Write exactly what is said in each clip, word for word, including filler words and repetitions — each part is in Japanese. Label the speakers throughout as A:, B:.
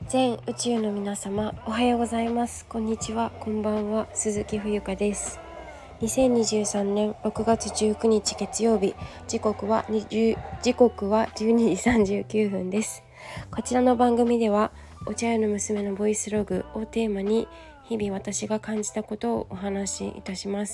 A: 全宇宙の皆様、おはようございます。こんにちは、こんばんは。鈴木冬香です。にせんにじゅうさんねんろくがつじゅうくにち月曜日、時刻は20時刻はじゅうにじさんじゅうきゅうふんです。こちらの番組では、お茶屋の娘のボイスログをテーマに、日々私が感じたことをお話しいたします。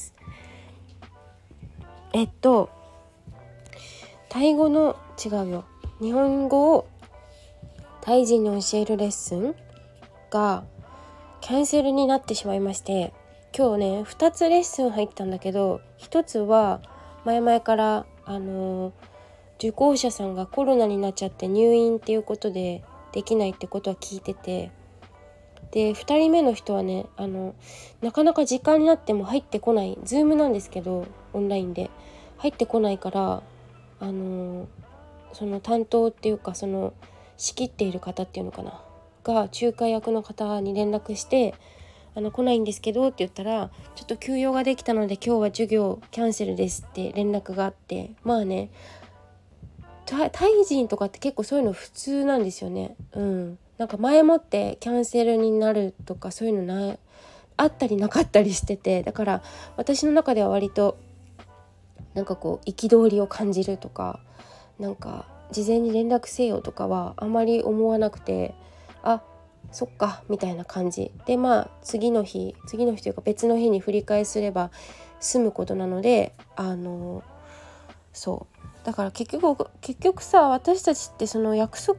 A: えっとタイ語の違うよ日本語をタイ人に教えるレッスンがキャンセルになってしまいまして、今日ねふたつレッスン入ったんだけど、ひとつは前々からあのー、受講者さんがコロナになっちゃって入院っていうことでできないってことは聞いてて、でふたりめの人はねあのなかなか時間になっても入ってこない、ズームなんですけどオンラインで入ってこないから、あのー、その担当っていうかその仕切っている方っていうのかなが仲介役の方に連絡して、あの来ないんですけどって言ったら、ちょっと休養ができたので今日は授業キャンセルですって連絡があって、まあねタイ人とかって結構そういうの普通なんですよね。うんなんか前もってキャンセルになるとかそういうのなあったりなかったりしてて、だから私の中では割となんかこう憤りを感じるとか、なんか事前に連絡せよとかはあまり思わなくて、あそっかみたいな感じで、まあ次の日次の日というか別の日に振り返すれば済むことなので、あのそうだから結局結局さ、私たちってその約束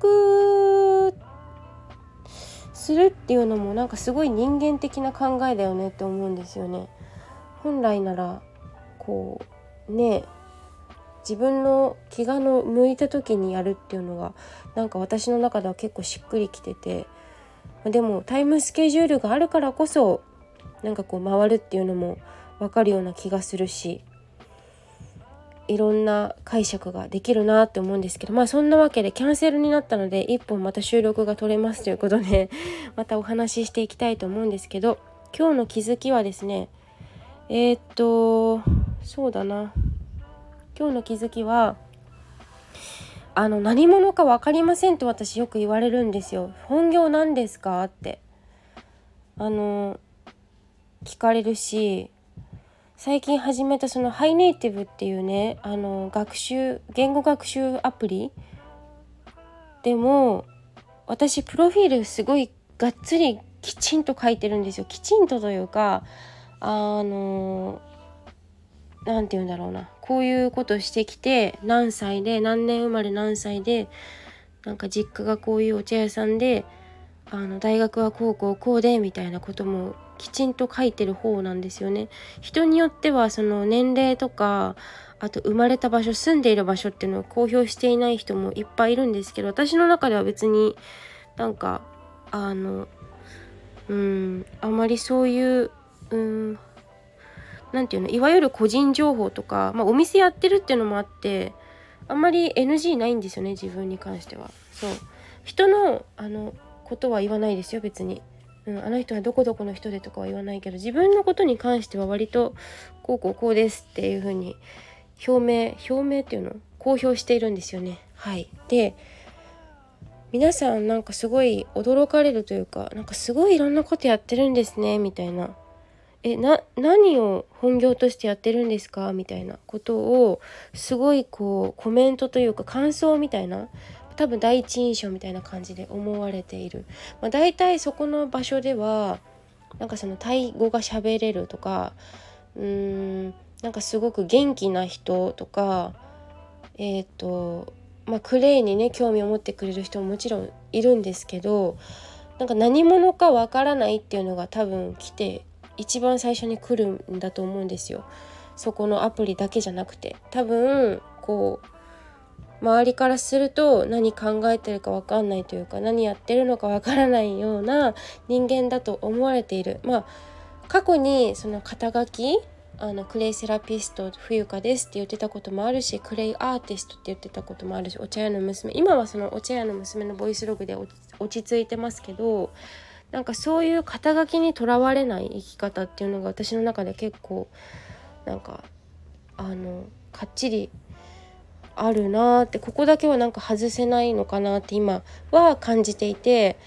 A: するっていうのもなんかすごい人間的な考えだよねって思うんですよね。本来ならこうね自分の気がの向いた時にやるっていうのがなんか私の中では結構しっくりきてて、でもタイムスケジュールがあるからこそなんかこう回るっていうのも分かるような気がするし、いろんな解釈ができるなって思うんですけど、まあそんなわけでキャンセルになったのでいっぽんまた収録が取れますということでまたお話ししていきたいと思うんですけど、今日の気づきはですねえー、っとそうだな今日の気づきはあの何者か分かりませんと私よく言われるんですよ。本業なんですかってあの聞かれるし、最近始めたそのハイネイティブっていうねあの学習言語学習アプリでも私プロフィールすごいがっつりきちんと書いてるんですよ。きちんとというかあのなんて言うんだろうな、こういうことしてきて何歳で何年生まれ何歳でなんか実家がこういうお茶屋さんであの大学はこうこうこうでみたいなこともきちんと書いてる方なんですよね。人によってはその年齢とかあと生まれた場所住んでいる場所っていうのを公表していない人もいっぱいいるんですけど、私の中では別になんかあのうんあまりそういううんなんていうのいわゆる個人情報とか、まあ、お店やってるっていうのもあってあんまり エヌジー ないんですよね、自分に関しては。そう人のあのことは言わないですよ別に、うん、あの人はどこどこの人でとかは言わないけど、自分のことに関しては割とこうこうこうですっていう風に表明表明っていうの公表しているんですよね。はいで皆さんなんかすごい驚かれるというか、なんかすごいいろんなことやってるんですねみたいな、えな何を本業としてやってるんですかみたいなことをすごいこうコメントというか感想みたいな、多分第一印象みたいな感じで思われている、まあ、大体そこの場所ではなんかそのタイ語が喋れるとか、うーんなんかすごく元気な人とか、えっとまあクレイにね興味を持ってくれる人ももちろんいるんですけど、なんか何者かわからないっていうのが多分来て一番最初に来るんだと思うんですよ。そこのアプリだけじゃなくて、多分こう周りからすると何考えてるか分かんないというか何やってるのか分からないような人間だと思われている。まあ過去にその肩書きあのクレイセラピスト冬香ですって言ってたこともあるし、クレイアーティストって言ってたこともあるし、お茶屋の娘、今はそのお茶屋の娘のボイスログで落ち着いてますけど、なんかそういう肩書きにとらわれない生き方っていうのが私の中で結構なんかあのかっちりあるなって、ここだけはなんか外せないのかなって今は感じていて、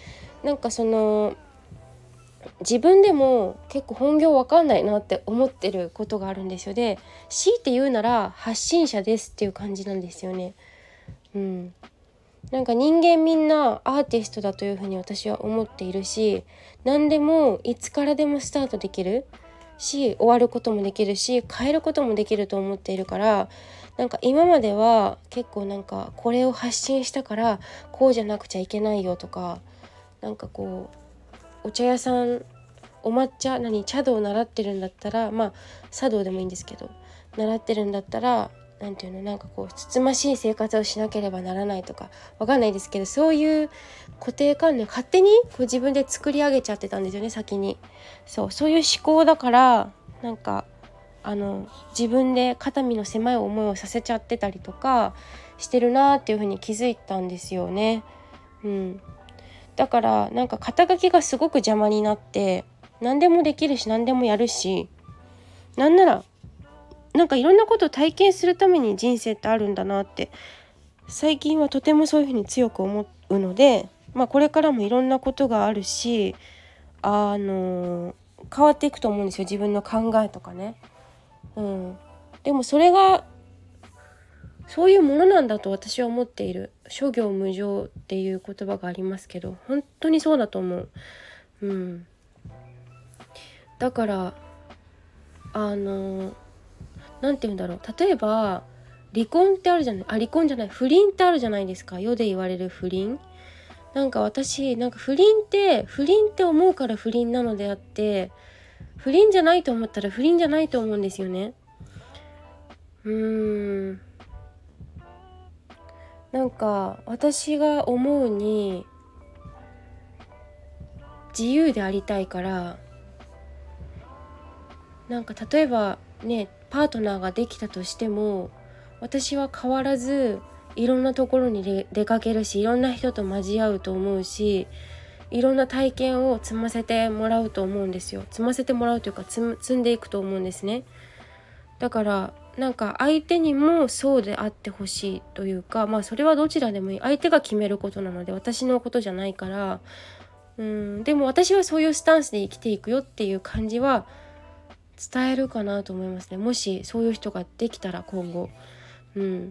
A: なんかその自分でも結構本業わかんないなって思ってることがあるんですよ。で、強いて言うなら発信者ですっていう感じなんですよね。うん、なんか人間みんなアーティストだというふうに私は思っているし、何でもいつからでもスタートできるし、終わることもできるし、変えることもできると思っているから、なんか今までは結構なんかこれを発信したからこうじゃなくちゃいけないよとか、なんかこうお茶屋さんお抹茶何茶道を習ってるんだったら、まあ茶道でもいいんですけど、習ってるんだったらなんていうの、なんかこうつつましい生活をしなければならないとかわかんないですけど、そういう固定観念勝手にこう自分で作り上げちゃってたんですよね、先に。そうそういう思考だから、なんかあの自分で肩身の狭い思いをさせちゃってたりとかしてるなっていうふうに気づいたんですよね。うん、だからなんか肩書きがすごく邪魔になって、何でもできるし何でもやるし、なんならなんかいろんなことを体験するために人生ってあるんだなって最近はとてもそういうふうに強く思うので、まあこれからもいろんなことがあるし、あの変わっていくと思うんですよ、自分の考えとかね。うん、でもそれがそういうものなんだと私は思っている。諸行無常っていう言葉がありますけど、本当にそうだと思う。うん、だからあのなんて言うんだろう、例えば離婚ってあるじゃない、あ離婚じゃない不倫ってあるじゃないですか、世で言われる不倫。なんか私なんか不倫って不倫って思うから不倫なのであって、不倫じゃないと思ったら不倫じゃないと思うんですよね。うーんなんか私が思うに自由でありたいから、なんか例えばねパートナーができたとしても、私は変わらずいろんなところに出かけるし、いろんな人と交わうと思うし、いろんな体験を積ませてもらうと思うんですよ。積ませてもらうというか積んでいくと思うんですね。だからなんか相手にもそうであってほしいというか、まあそれはどちらでもいい、相手が決めることなので私のことじゃないから、うんでも私はそういうスタンスで生きていくよっていう感じは伝えるかなと思いますね。もしそういう人ができたら今後。うん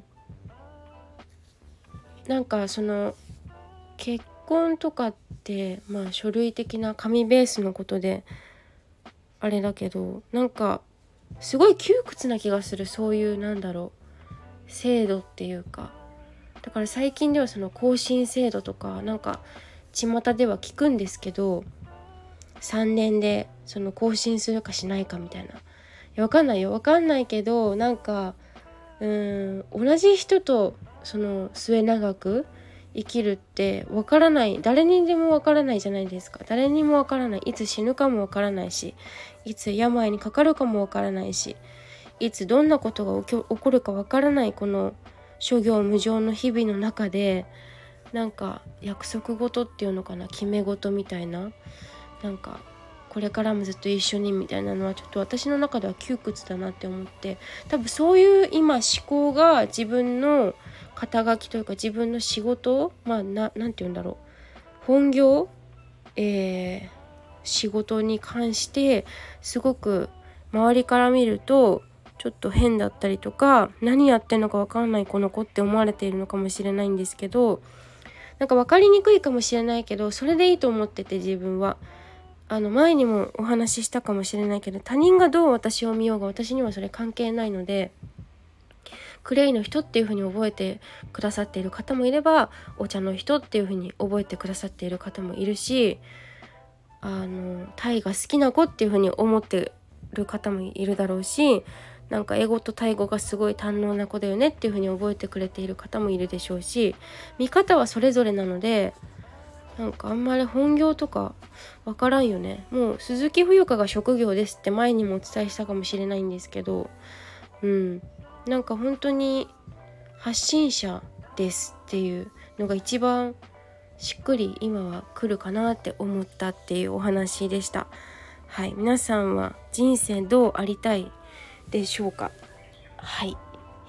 A: なんかその結婚とかってまあ書類的な紙ベースのことであれだけど、なんかすごい窮屈な気がする、そういうなんだろう制度っていうか。だから最近ではその更新制度とかなんか巷では聞くんですけど、さんねんでその更新するかしないかみたいな。いやわかんないよわかんないけど、なんかうーん同じ人とその末永く生きるってわからない、誰にでもわからないじゃないですか。誰にもわからない、いつ死ぬかもわからないし、いつ病にかかるかもわからないし、いつどんなことが起こるかわからないこの諸行無常の日々の中で、なんか約束事っていうのかな、決め事みたいな、なんかこれからもずっと一緒にみたいなのはちょっと私の中では窮屈だなって思って、多分そういう今思考が自分の肩書きというか自分の仕事、まあななんて言うんだろう、本業、えー、仕事に関してすごく周りから見るとちょっと変だったりとか、何やってんのか分かんないこの子って思われているのかもしれないんですけど、なんか分かりにくいかもしれないけどそれでいいと思ってて、自分はあの前にもお話ししたかもしれないけど、他人がどう私を見ようが私にはそれ関係ないので、クレイの人っていう風に覚えてくださっている方もいれば、お茶の人っていう風に覚えてくださっている方もいるし、あのタイが好きな子っていう風に思ってる方もいるだろうし、なんか英語とタイ語がすごい堪能な子だよねっていう風に覚えてくれている方もいるでしょうし、見方はそれぞれなので、なんかあんまり本業とかわからんよね。もう鈴木冬香が職業ですって前にもお伝えしたかもしれないんですけど、うんなんか本当に発信者ですっていうのが一番しっくり今は来るかなって思ったっていうお話でした。はい、皆さんは人生どうありたいでしょうか。はい、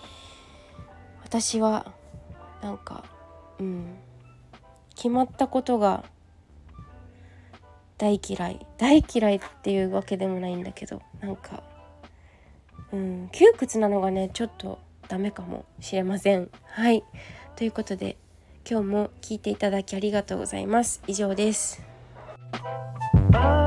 A: 私はなんかうん決まったことが大嫌い大嫌いっていうわけでもないんだけど、なんかうん窮屈なのがねちょっとダメかもしれません。はい、ということで今日も聞いていただきありがとうございます。以上です。